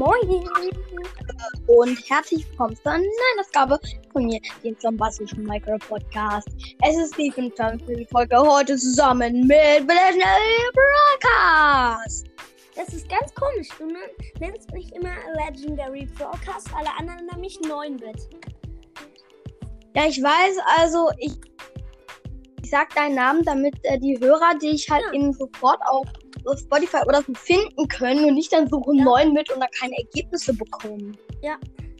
Moin! Und herzlich willkommen zu einer neuen Ausgabe von mir, dem zombastischen Minecraft-Podcast. Es ist die 25. Folge heute zusammen mit Legendary Broadcast. Das ist ganz komisch. Du nennst mich immer Legendary Broadcast, alle anderen nennen mich 9-Bit. Ja, ich weiß, also ich sag deinen Namen, damit die Hörer dich halt eben sofort auf Spotify oder so finden können und nicht dann suchen 9-Bit und dann keine Ergebnisse bekommen. Ja.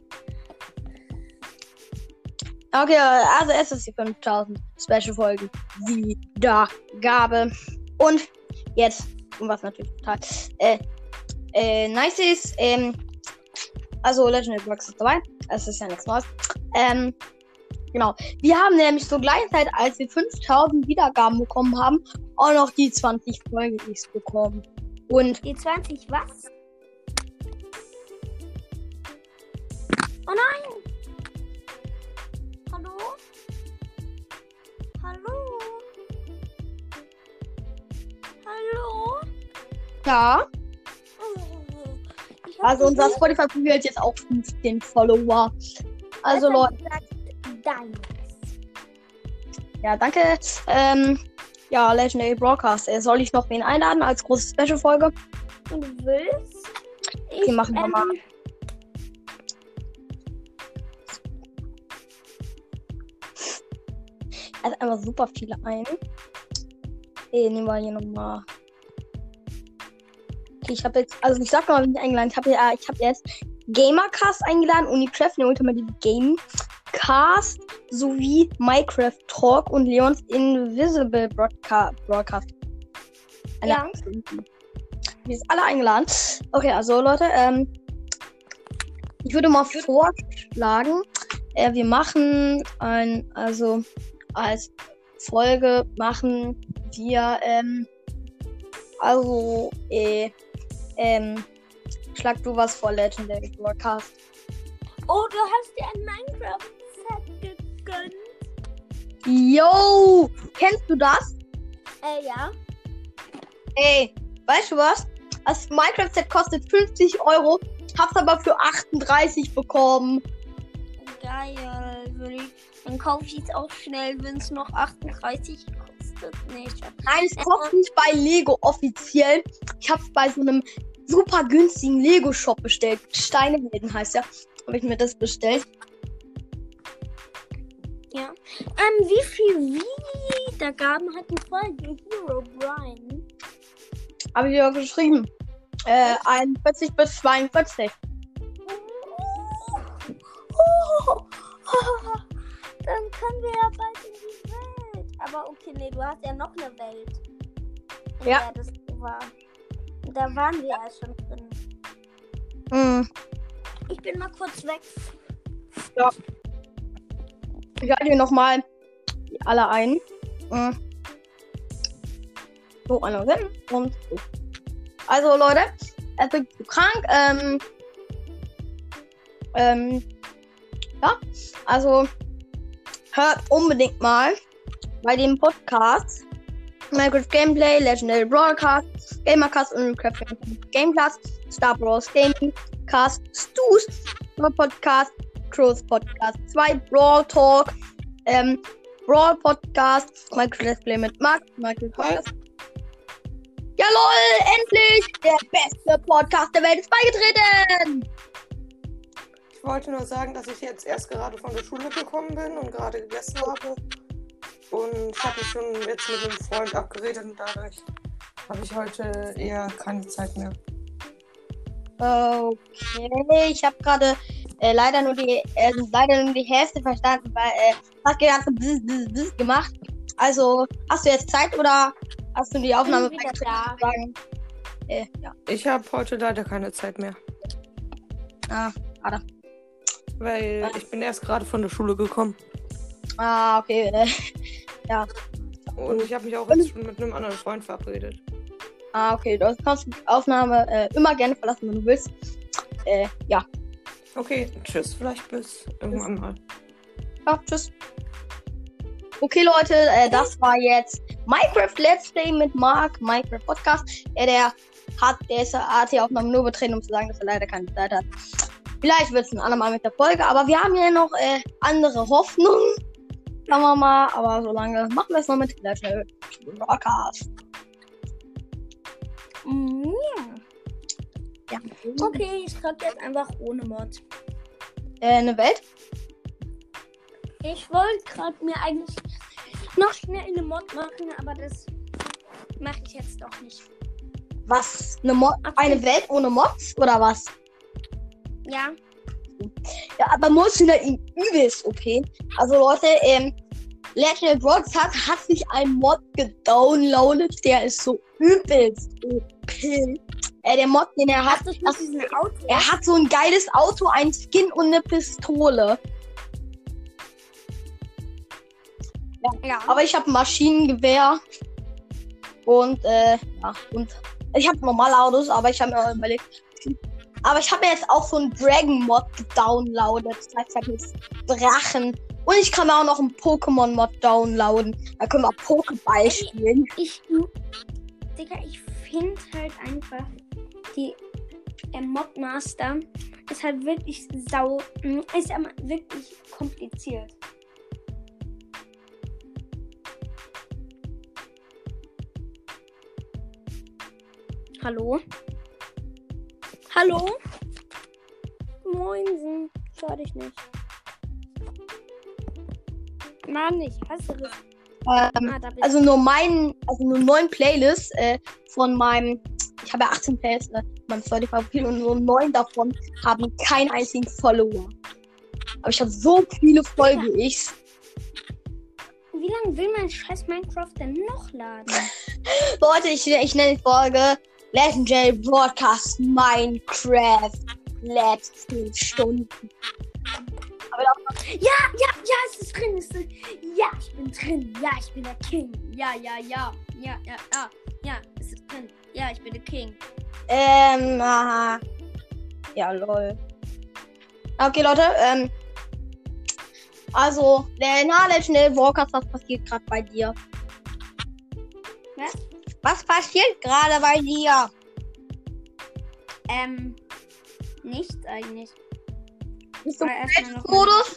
Okay, also es ist die 5000 Special-Folge Wiedergabe. Und jetzt, was natürlich total nice ist, also Legendary Blocks ist dabei, es ist ja nichts Neues. Genau, wir haben nämlich zur gleichen Zeit, als wir 5000 Wiedergaben bekommen haben, auch noch die 20 Folgen-X bekommen. Und Die 20 was? Oh nein! Hallo? Hallo? Hallo? ja, Oh, also unser Spotify-Profil hat jetzt auch 15 Follower. Also Leute, Dein. ja, danke. Ja, Legendary Broadcast. Soll ich noch wen einladen als große Special-Folge? Wenn du willst. Die machen wir mal. Also einfach super viele ein. Nehmen wir hier nochmal. Okay, ich habe jetzt, also ich sag mal, wen ich eingeladen. Ich habe jetzt Gamercast eingeladen, Unicraft, der Ultimate Gamecast, sowie Minecraft Talk und Leons Invisible Broadcast. Ja. Die sind alle eingeladen. Okay, also Leute, ich würde mal vorschlagen, wir machen als Folge machen wir, schlag du was vor, Legendary Broadcast. Oh, du hast dir ein Minecraft-Set gegönnt. Yo! Kennst du das? Ja. Ey, weißt du was? Das Minecraft-Set kostet 50 €, hab's aber für 38 bekommen. Geil. Dann kaufe ich es auch schnell, wenn es noch 38 kostet. Nee, Nein, es kostet nicht bei Lego offiziell. Ich hab's bei so einem super günstigen Lego-Shop bestellt. Steinehelden heißt ja. Habe ich mir das bestellt. Ja. Wie viel Wiedergaben hat die Folge Hero Brian? Habe ich ja geschrieben. 41 bis 42. Dann können wir ja bald in die Welt. Aber okay, nee, du hast ja noch eine Welt. In Ja. der das war. Da waren wir ja schon drin. Mhm. Ich bin mal kurz weg. Ja. Ich halte hier nochmal alle ein. So, einer hin und so. Also Leute, es wird zu krank. Ja, also hört unbedingt mal bei dem Podcast Minecraft Gameplay, Legendary Broadcast, Gamercast und Minecraft Gamecast, Star Wars Gamecast, Stu's Podcast, Crows Podcast 2, Brawl Talk, Brawl Podcast, Minecraft Let's Play mit Max, Minecraft Podcast. Ja lol, endlich! Der beste Podcast der Welt ist beigetreten! Ich wollte nur sagen, dass ich jetzt erst gerade von der Schule gekommen bin und gerade gegessen habe. Und ich habe mich schon jetzt mit einem Freund abgeredet und dadurch habe ich heute eher keine Zeit mehr. Okay, ich habe gerade leider nur die Hälfte verstanden, weil hast gerade so gemacht. Also, hast du jetzt Zeit oder hast du die Aufnahme Bin wieder beigetreten? Ja. Ich habe heute leider keine Zeit mehr, Schade. weil ich bin erst gerade von der Schule gekommen. Okay. Ja. Und ich habe mich auch jetzt schon mit einem anderen Freund verabredet. Okay. Du kannst die Aufnahme immer gerne verlassen, wenn du willst. Ja. Okay, tschüss, vielleicht bis irgendwann mal. Ja, tschüss. Okay, Leute, das war jetzt Minecraft Let's Play mit Mark, Minecraft Podcast. Der ist AT-Aufnahme nur betreten, um zu sagen, dass er leider keine Zeit hat. Vielleicht wird es ein andermal mit der Folge, aber wir haben ja noch andere Hoffnungen. Sagen wir mal, aber solange machen wir es noch mit Let's Play Broadcast. Ja. Okay, ich schreibe jetzt einfach ohne Mod. Eine Welt? Ich wollte gerade mir eigentlich noch schnell eine Mod machen, aber das mache ich jetzt doch nicht. Was? Eine Welt ohne Mods? Oder was? Ja. Ja, aber Mods sind ja übelst OP. Also Leute, Legendary Broadcast hat sich ein Mod gedownloadet, der ist so übelst OP. Der Mod, den er hat, er hat so ein geiles Auto, ein Skin und eine Pistole. Ja. Aber ich habe ein Maschinengewehr und und ich habe normale Autos, aber ich habe mir auch überlegt. Aber ich habe mir jetzt auch so einen Dragon-Mod gedownloadet. Das heißt, ich habe jetzt Drachen. Und ich kann mir auch noch einen Pokémon-Mod downloaden. Da können wir Pokéball spielen. Ich finde halt einfach, die Modmaster ist halt wirklich ist aber wirklich kompliziert. Hallo? Hallo? Moinsen. Schau dich nicht. Mann, ich hasse es. Also nur 9 Playlists von meinem. Ich habe ja 18 Playlists in meinem Spotify-Profil und nur 9 davon haben keinen einzigen Follower. Aber ich habe so viele Folgen, Wie lange will mein scheiß Minecraft denn noch laden? Leute, ich nenne die Folge Legendary Broadcast Minecraft. Let's 10 Stunden. Ja, es ist drin. Ja, ich bin drin. Ja, ich bin der King. Ja, es ist drin. Ja, ich bin der King. Aha. Ja, lol. Okay, Leute, also, Legendary Broadcast, was passiert gerade bei dir? Was? Was passiert gerade bei dir? Nichts eigentlich. Bist du im Modus?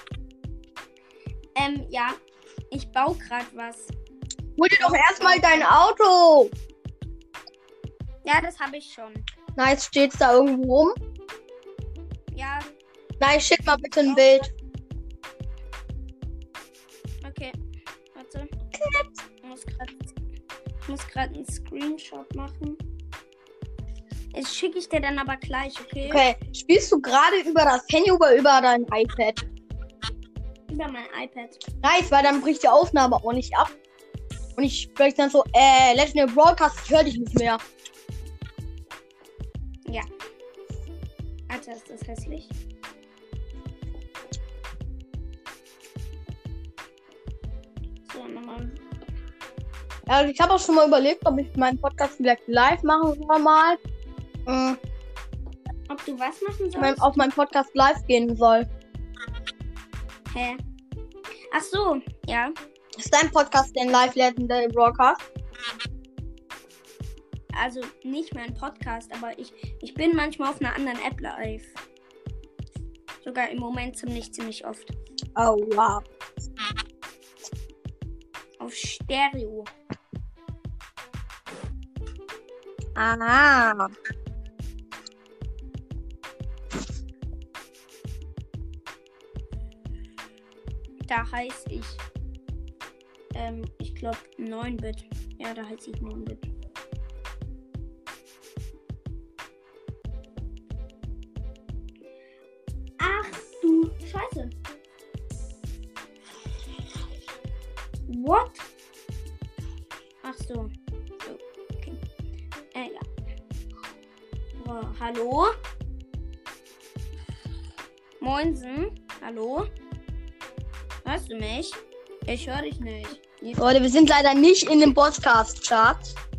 Ja. Ich baue gerade was. Hol dir doch erstmal dein Auto. Ja, das habe ich schon. Nice, steht's da irgendwo rum? Ja. Nice, schick mal bitte ein Bild. Okay. Warte. Ich muss gerade einen Screenshot machen. Das schicke ich dir dann aber gleich, okay? Okay. Spielst du gerade über das Handy oder über dein iPad? Über mein iPad. Nice, weil dann bricht die Aufnahme auch nicht ab. Und ich spreche dann so, Legendary Broadcast, ich höre dich nicht mehr. Ja. Alter, ist das hässlich. So, nochmal. Ja, ich habe auch schon mal überlegt, ob ich meinen Podcast vielleicht live machen soll mal. Ob du was machen sollst? Auf meinen Podcast live gehen soll. Hä? Ach so, ja. Ist dein Podcast denn live Legendary Broadcast? Also nicht mein Podcast, aber ich bin manchmal auf einer anderen App live. Sogar im Moment ziemlich oft. Oh, wow. Auf Stereo. Aha. Da heiße ich glaube 9-Bit. Ja, da heiße ich 9-Bit. Ach du Scheiße. What? Ach so. Okay. Ja. Oh, hallo? Moinsen. Hallo? Hörst du mich? Ich höre dich nicht. Leute, wir sind leider nicht in dem Podcast-Chart.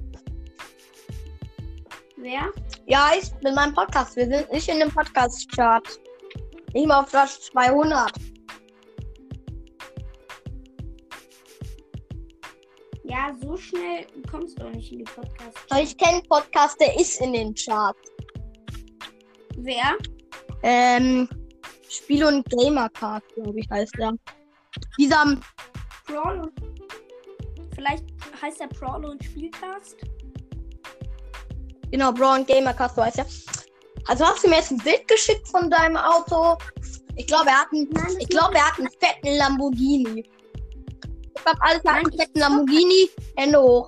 Wer? Ja, ich mit meinem Podcast. Wir sind nicht in dem Podcast-Chart. Nicht mal auf Platz 200. Ja, so schnell kommst du auch nicht in die Podcasts. Aber ich kenne einen Podcast, der ist in den Charts. Wer? Spiel- und Gamercast, glaube ich, heißt der. Dieser. Brawl und... Vielleicht heißt der Brawl und Spielcast? Genau, Brawl und Gamercast, so heißt der. Also hast du mir jetzt ein Bild geschickt von deinem Auto? Ich glaube, er hat einen fetten Lamborghini. Ich glaube, alles hat einen fetten Lamborghini. Hände hoch.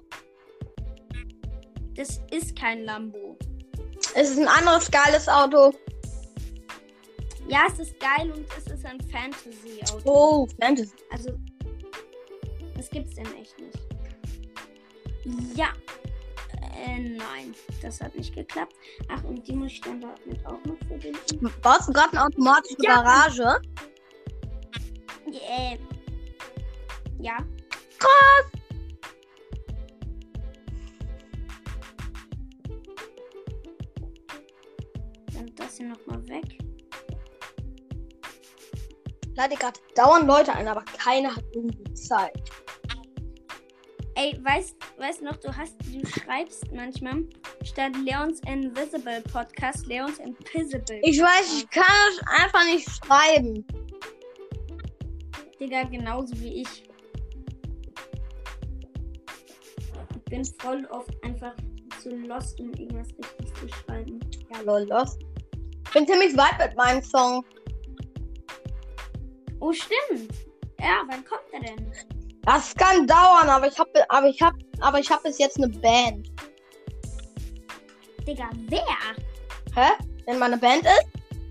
Das ist kein Lambo. Es ist ein anderes geiles Auto. Ja, es ist geil und es ist ein Fantasy-Auto. Oh, Fantasy. Also, das gibt's denn echt nicht. Ja. Nein, das hat nicht geklappt. Ach, und die muss ich dann damit auch noch verbinden. Baust du gerade eine automatische Garage? Ja. Krass. Dann das hier nochmal weg. Ich lade gerade dauernd Leute ein, aber keiner hat irgendwie Zeit. Ey, weißt noch, du schreibst manchmal statt Leons Invisible Podcast Leons Invisible. Ich weiß, ich kann es einfach nicht schreiben. Digga, genauso wie ich. Ich bin voll oft einfach zu lost, um irgendwas richtig zu schreiben. Ja, lol, los. Ich bin ziemlich weit mit meinem Song. Oh, stimmt. Ja, wann kommt er denn? Das kann dauern, aber ich hab bis jetzt eine Band. Digga, wer? Hä? Wenn meine Band ist?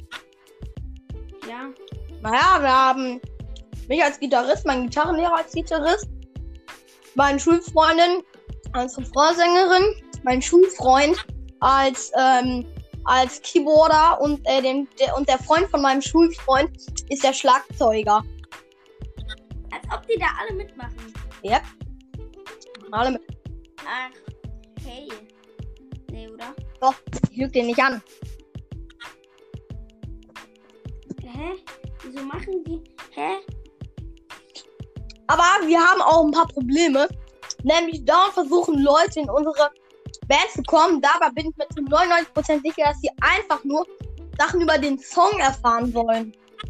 Ja. Naja, wir haben mich als Gitarrist, meinen Gitarrenlehrer als Gitarrist, meine Schulfreundin als Refrainsängerin, mein Schulfreund als Keyboarder und der Freund von meinem Schulfreund ist der Schlagzeuger. Als ob die da alle mitmachen. Ja. Alle mit. Ach, hey. Nee, oder? Doch, ich lüge den nicht an. Hä? Wieso machen die? Hä? Aber wir haben auch ein paar Probleme. Nämlich dauernd versuchen Leute in unsere Band zu kommen. Dabei bin ich mir zu 99% sicher, dass sie einfach nur Sachen über den Song erfahren wollen.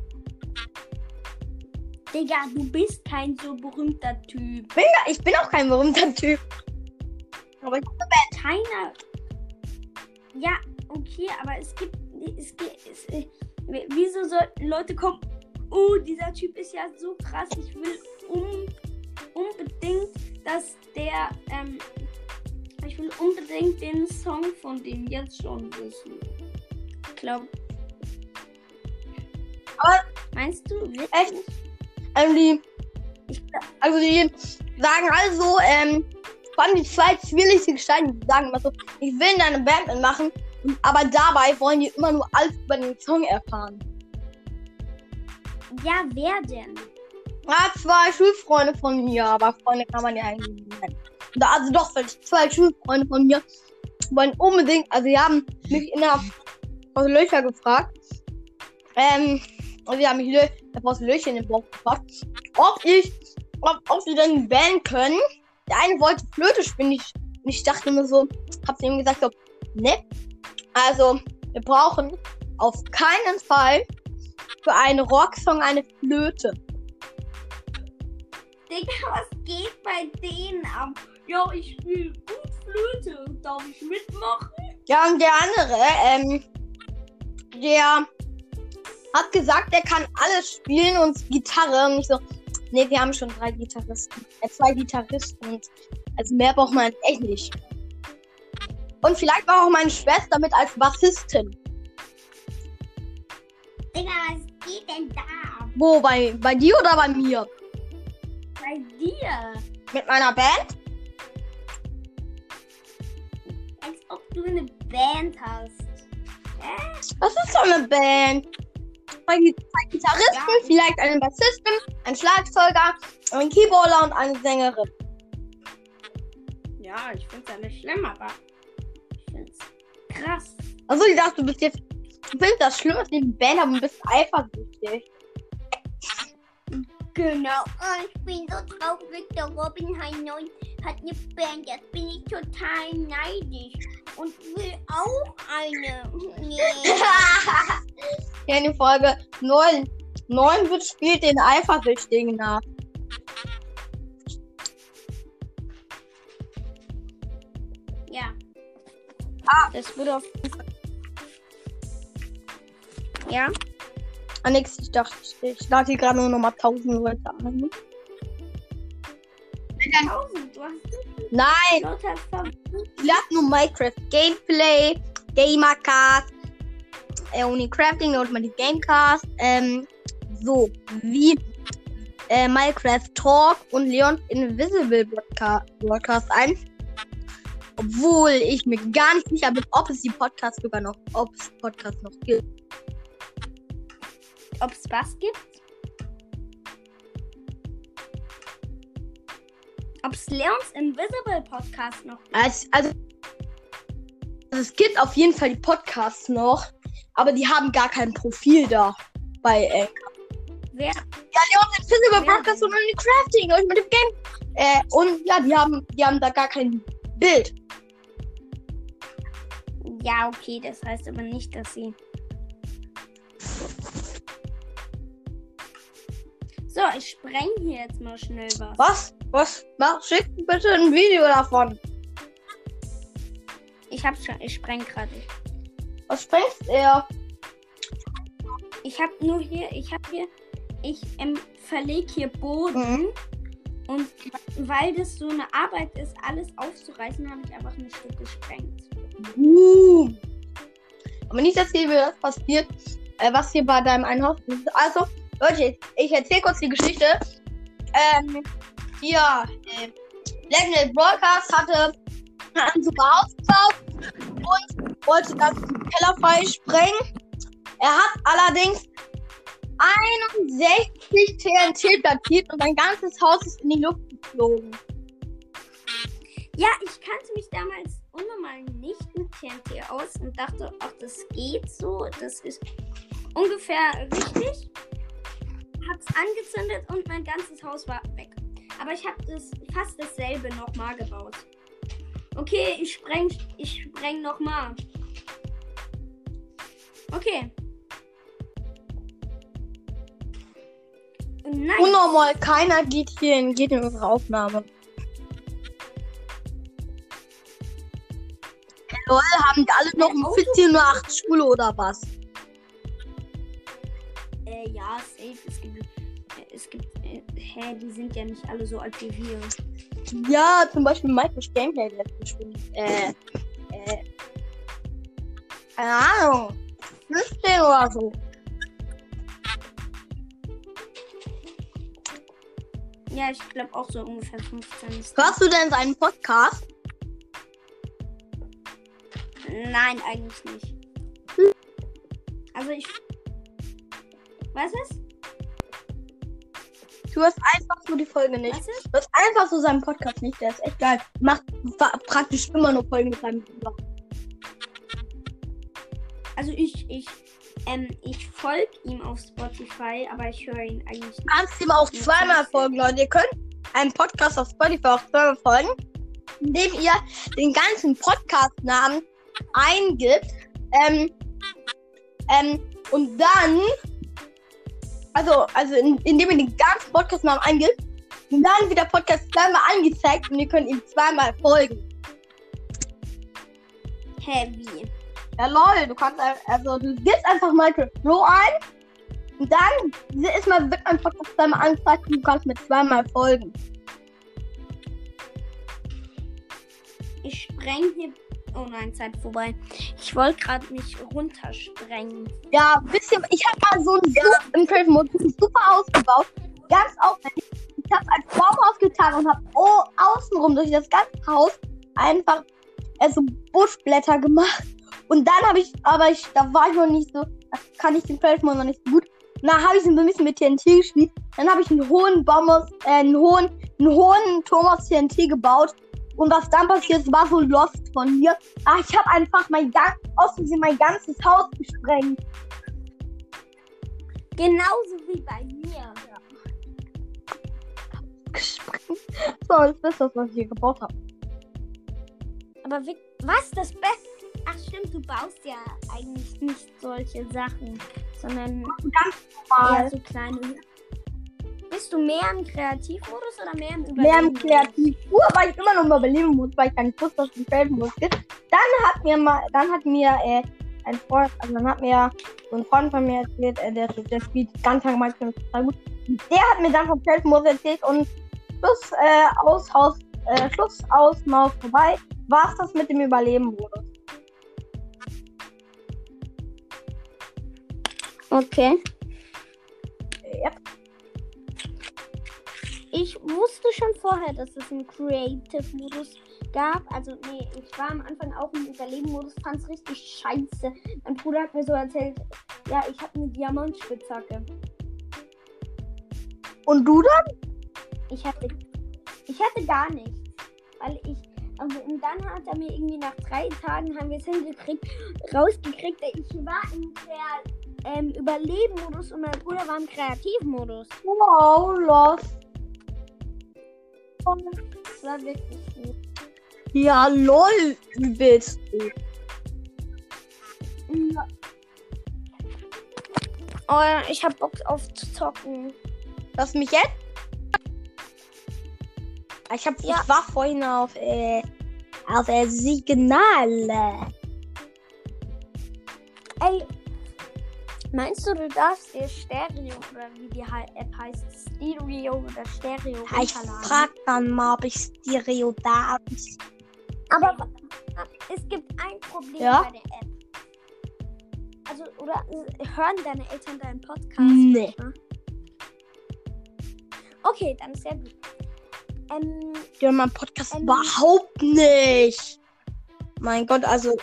Digga, du bist kein so berühmter Typ. Ich bin auch kein berühmter Typ. Aber ich habe eine Band. Keiner. Ja, okay, aber wieso sollten Leute kommen? Oh, dieser Typ ist ja so krass. Ich will unbedingt, ich will unbedingt den Song von dem jetzt schon wissen. Ich glaube. Aber meinst du wirklich? echt? Die sagen also, vor allem die zwei schwierigsten Gestalten, die sagen immer so, ich will in deine Band mitmachen, aber dabei wollen die immer nur alles über den Song erfahren. Ja, wer denn? Ja, zwei Schulfreunde von mir, aber Freunde kann man ja eigentlich nicht nennen. Also doch, zwei Schulfreunde von mir wollen unbedingt, also die haben mich aus Löcher gefragt, und die haben mich aus Löcher in den Bauch gefragt, ob sie denn wählen können. Der eine wollte Flöte spielen, ich dachte mir so, hab zu ihm gesagt, so, ne, also wir brauchen auf keinen Fall für einen Rocksong eine Flöte. Digga, was geht bei denen ab? Ja, ich spiele gut Flöte. Darf ich mitmachen? Ja, und der andere, der hat gesagt, er kann alles spielen und Gitarre. Und ich so, nee, wir haben schon zwei Gitarristen. Und also mehr braucht man echt nicht. Und vielleicht war auch meine Schwester mit als Bassistin. Digga, was geht denn da ab? Wo, bei dir oder bei mir? Bei dir? Mit meiner Band? Als ob du eine Band hast. Was ist so eine Band? Zwei Gitarristen, ja. Vielleicht einen Bassisten, einen Schlagzeuger, einen Keyboarder und eine Sängerin. Ja, ich find's ja nicht schlimm, aber ich find's krass. Also ich dachte, du findest das schlimm, dass ich eine Band habe und bist eifersüchtig. Genau. Oh, ich bin so traurig, der Robin hat eine Band. Jetzt bin ich total neidisch und will auch eine. Nee. Hier in die Folge 9. 9 wird spielt den Eifersüchtigen nach. Ja. Das wurde auf. Ja. Nix, ich dachte, ich lade hier gerade nur noch mal 1000 Leute an. 1000, du hast Nein, lauter ich lade nur Minecraft Gameplay, Gamercast, Unicrafting und mal die Gamecast, so wie Minecraft Talk und Leons Invisible Broadcast ein. Obwohl ich mir gar nicht sicher bin, ob es Podcast noch gibt. Ob es was gibt? Ob es Leons Invisible Podcast noch gibt? Also es gibt auf jeden Fall die Podcasts noch, aber die haben gar kein Profil da bei Wer? Ja, Leons Invisible Broadcast und Unicrafting und mit dem Game. Und ja, die haben da gar kein Bild. Ja, okay, das heißt aber nicht, dass sie. So, ich spreng hier jetzt mal schnell was. Was? Schick bitte ein Video davon. Ich spreng gerade. Was sprengst er? Ich verlege hier Boden. Und weil das so eine Arbeit ist, alles aufzureißen, habe ich einfach ein Stück gesprengt. Aber nicht, dass hier das passiert, was hier bei deinem einen Haus ist. Also, Leute, ich erzähle kurz die Geschichte. Legendary Broadcast hatte ein super Haus gebaut und wollte das Keller frei sprengen. Er hat allerdings 61 TNT platziert und sein ganzes Haus ist in die Luft geflogen. Ja, ich kannte mich damals unnormal nicht mit TNT aus und dachte, ach, das geht so, das ist ungefähr richtig. Hab's angezündet und mein ganzes Haus war weg. Aber ich habe fast dasselbe nochmal gebaut. Okay, ich spreng nochmal. Okay. Nein. Unnormal, keiner geht in unsere Aufnahme. Lol, haben die alle noch um 14 Uhr 8 Schule oder was? Ja, safe. Die sind ja nicht alle so alt wie wir. Ja, zum Beispiel Minecraft Gameplay jetzt gespielt. Keine Ahnung. 15 oder so. Ja, ich glaube auch so ungefähr 15. Hörst du denn seinen Podcast? Nein, eigentlich nicht. Also Was ist? Du hörst einfach so die Folge nicht. Was ist? Du hörst einfach so seinen Podcast nicht. Der ist echt geil. Macht praktisch immer nur Folgen mit seinem Bruder. Also ich folge ihm auf Spotify, aber ich höre ihn eigentlich nicht. Du kannst ihm auch zweimal folgen, Leute. Ihr könnt einen Podcast auf Spotify auch zweimal folgen, indem ihr den ganzen Podcast-Namen eingibt. Und dann, indem ihr den ganzen Podcast-Namen eingibt, und dann wird der Podcast zweimal angezeigt und ihr könnt ihm zweimal folgen. Hä, wie? Ja, lol, du gibst einfach Minecraft Pro ein und dann wird mein Podcast zweimal angezeigt und du kannst mir zweimal folgen. Ich spreng hier. Oh nein, Zeit vorbei. Ich wollte gerade mich runtersprengen. Ja, ich habe mal so im Crave Mode super Haus gebaut. Ganz aufwendig. Ich habe ein Baumhaus getan und habe außenrum durch das ganze Haus einfach so Buschblätter gemacht. Und dann da war ich noch nicht so, da kann ich den Crave Mode noch nicht so gut. Und dann habe ich so ein bisschen mit TNT gespielt. Dann habe ich einen hohen Turm aus TNT gebaut. Und was dann passiert ist, war so lost von mir. Ich habe einfach aus Versehen mein ganzes Haus gesprengt. Genauso wie bei mir. springen. So, das ist das, was ich hier gebaut habe. Aber was? Das Beste? Ach stimmt, du baust ja eigentlich nicht solche Sachen, sondern eher so kleine. Bist du mehr im Kreativmodus oder mehr im Überleben? Mehr im Kreativ. Weil ich immer noch mal überleben muss, weil ich gar nicht wusste, was im Feldmodus gibt. Dann hat mir ein Freund, also dann hat mir so ein Freund von mir erzählt, der spielt ganz lange Minecraft total gut. Der hat mir dann vom Feldmodus erzählt und Schluss aus Maus vorbei. War's das mit dem Überleben-Modus? Okay. Ja. Ich wusste schon vorher, dass es einen Creative-Modus gab. Also, nee, ich war am Anfang auch im Überleben-Modus, fand's richtig scheiße. Mein Bruder hat mir so erzählt, ja, ich habe eine Diamantspitzhacke. Und du dann? Ich hatte gar nichts. Und dann hat er mir irgendwie nach 3 Tagen haben wir es rausgekriegt, ich war im Überleben-Modus und mein Bruder war im Kreativmodus. Wow, lost. Das war wirklich gut. Ja, lol, übelst. Ja. Oh, ich hab Bock auf zu zocken. Lass mich jetzt? Ich war vorhin auf Signal. Ey, meinst du darfst dir Stereo oder wie die App heißt, Stereo oder Stereo Ich runterladen? frag dann mal, ob ich Stereo da ist. Aber es gibt ein Problem bei der App. Also, oder hören deine Eltern deinen Podcast? Nee. Manchmal? Okay, dann ist sehr gut. Die hören meinen Podcast überhaupt nicht. Mein Gott, also.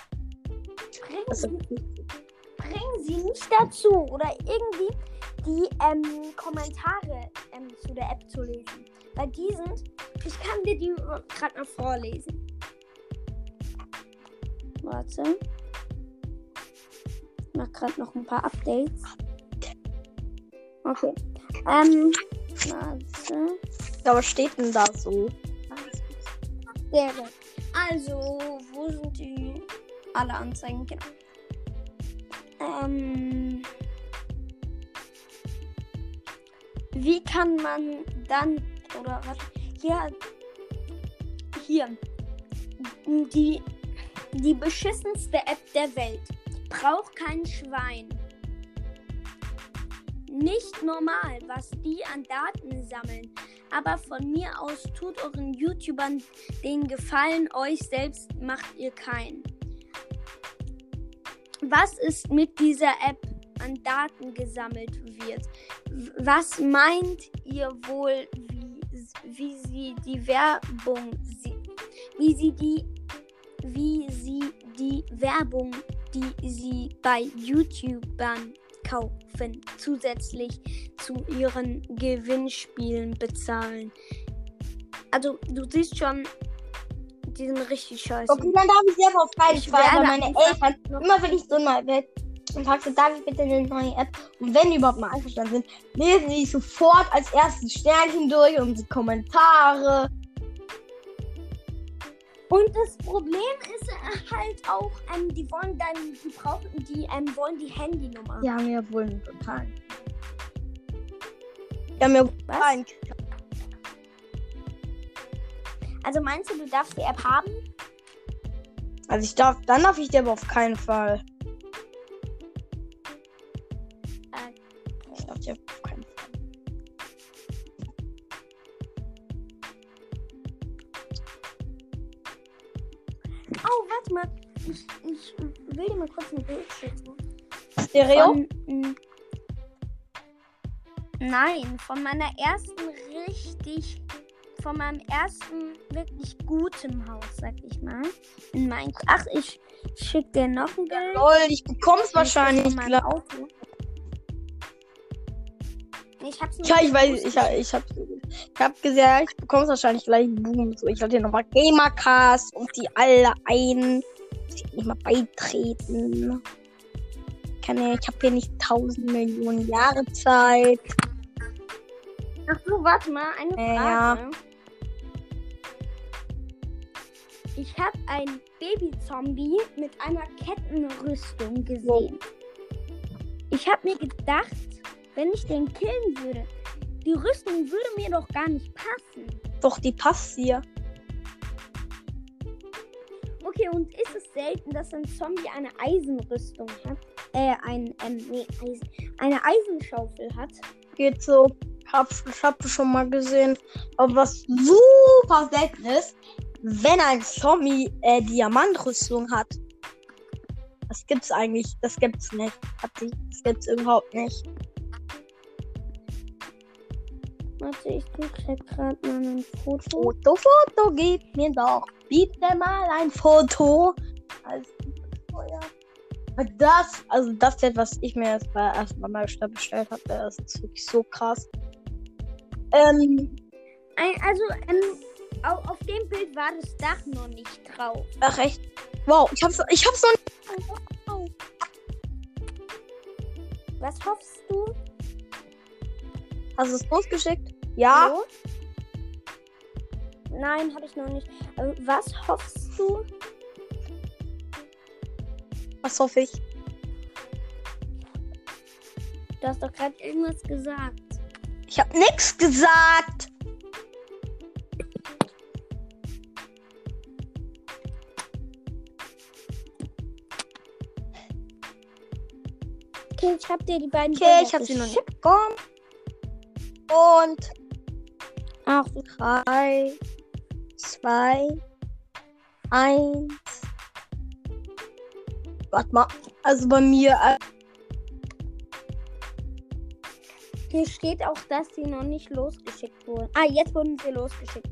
Bringen sie nicht dazu oder irgendwie die Kommentare zu der App zu lesen. Weil die sind, ich kann dir die gerade mal vorlesen. Warte. Ich mach gerade noch ein paar Updates. Okay. Warte. Aber was steht denn da so? Also, wo sind die alle Anzeigen? Genau. Wie kann man dann, oder was? Hier. Die beschissenste App der Welt. Braucht kein Schwein. Nicht normal, was die an Daten sammeln. Aber von mir aus tut euren YouTubern den Gefallen, euch selbst macht ihr keinen. Was ist mit dieser App an Daten gesammelt wird? Was meint ihr wohl, wie sie die Werbung die sie bei YouTubern kaufen, zusätzlich zu ihren Gewinnspielen bezahlen? Also, du siehst schon, die sind richtig scheiße. Okay, dann darf ich selber auf keinen Fall, weil meine Eltern, immer wenn ich so mal weg und fragst, darf ich bitte eine neue App? Und wenn die überhaupt mal einverstanden sind, lesen die sofort als erstes Sternchen durch und die Kommentare. Und das Problem ist halt auch, die wollen die Handynummer. Die haben ja wohl einen totalen. Die haben ja Was? Also meinst du darfst die App haben? Also dann darf ich die aber auf keinen Fall. Okay. Ich darf die auf keinen Fall. Oh, warte mal. Ich will dir mal kurz ein Bild schicken. Stereo? Nein, von meinem ersten wirklich guten Haus, sag ich mal. In Minecraft. Ach, ich schick dir noch ein Bild. Lol, ich bekomm's wahrscheinlich gleich. Ich hab's Ja, ich weiß, ich hab gesagt, ich bekomm's wahrscheinlich gleich. Boom. So, ich lade hier nochmal Gamercast und die alle ein. Ich nicht mal beitreten. Ich hab hier nicht 1000 Millionen Jahre Zeit. Ach so, warte mal, eine Frage. Ja. Ich habe einen Baby-Zombie mit einer Kettenrüstung gesehen. Ich habe mir gedacht, wenn ich den killen würde, die Rüstung würde mir doch gar nicht passen. Doch, die passt hier. Okay, und ist es selten, dass ein Zombie eine Eisenrüstung hat? Eine Eisenschaufel hat? Geht so. Ich hab schon mal gesehen. Aber was super selten ist, wenn ein Zombie Diamantrüstung hat. Das gibt's eigentlich. Das gibt's nicht. Das gibt's überhaupt nicht. Warte, ich check gerade mal ein Foto. Foto, gib mir doch bitte mal ein Foto. Das jetzt, was ich mir jetzt erstmal mal bestellt habe, das ist wirklich so krass. Auf dem Bild war das Dach noch nicht drauf. Ach echt? Wow, ich hab's noch nicht. Oh. Was hoffst du? Hast du es losgeschickt? Ja. Hallo? Nein, habe ich noch nicht. Was hoffst du? Was hoffe ich? Du hast doch gerade irgendwas gesagt. Ich habe nichts gesagt. Okay, ich habe dir die beiden Okay, Bilder ich habe sie noch geschickt. nicht bekommen. Und Ach, 3, 2, 1. Warte mal. Also bei mir. hier steht auch, dass sie noch nicht losgeschickt wurden. Ah, jetzt wurden sie losgeschickt.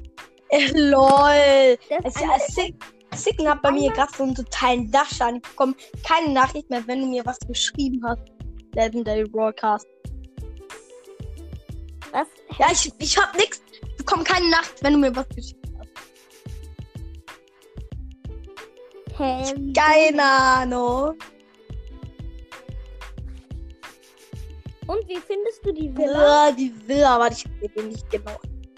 LOL. Das Sicken hat bei mir gerade so einen totalen Dachschaden. Ich bekomme keine Nachricht mehr, wenn du mir was geschrieben hast. Legendary Broadcast. Was? Ja, ich hab nichts. Ich bekomme keine Nachricht, wenn du mir was geschrieben hast. Hä? Keine Ahnung. Und wie findest du die Villa? Ja, die Villa, aber ich sehe den nicht genau.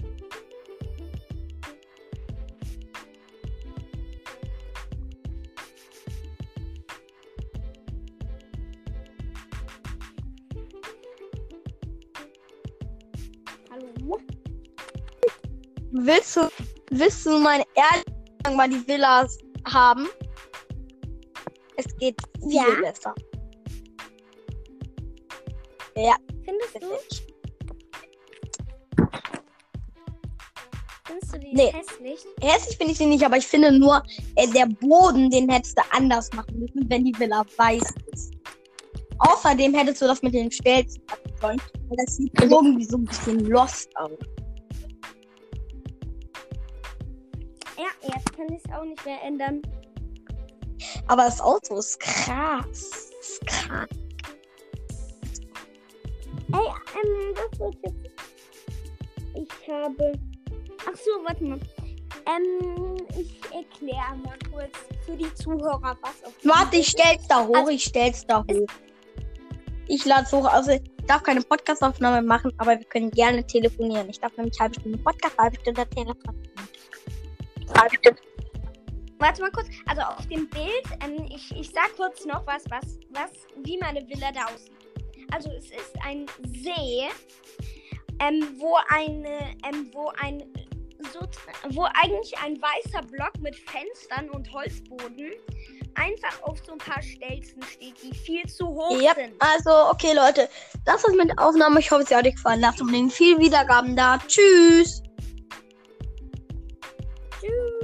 Hallo? Willst du meine ehrlich sagen, mal die Villas haben? Es geht viel Ja. besser. Ja, Findest finde du? ich. Findest du die Nee. hässlich? Hässlich finde ich sie nicht, aber ich finde nur, der Boden, den hättest du anders machen müssen, wenn die Villa weiß ist. Außerdem hättest du das mit den Stelzen machen sollen, weil das sieht irgendwie so ein bisschen lost aus. Ja, jetzt kann ich es auch nicht mehr ändern. Aber das Auto ist krass. Ist krass. Ey, was wird jetzt? Ich habe... Ach so, warte mal. Ich erkläre mal kurz für die Zuhörer, was auf... Warte, ich stell's da hoch, Also, ich stell's da hoch. Ich lade es hoch, also ich darf keine Podcast-Aufnahme machen, aber wir können gerne telefonieren. Ich darf nämlich halbe Stunde Podcast, halbe Stunde Telefon. Warte mal kurz. Also auf dem Bild, ich sag kurz noch wie meine Villa da aussieht. Also es ist ein See, wo eigentlich ein weißer Block mit Fenstern und Holzboden einfach auf so ein paar Stelzen steht, die viel zu hoch Ja, sind. also okay Leute, das war's mit der Aufnahme. Ich hoffe, es hat euch gefallen. Lasst unbedingt viel Wiedergaben da. Tschüss. Tschüss.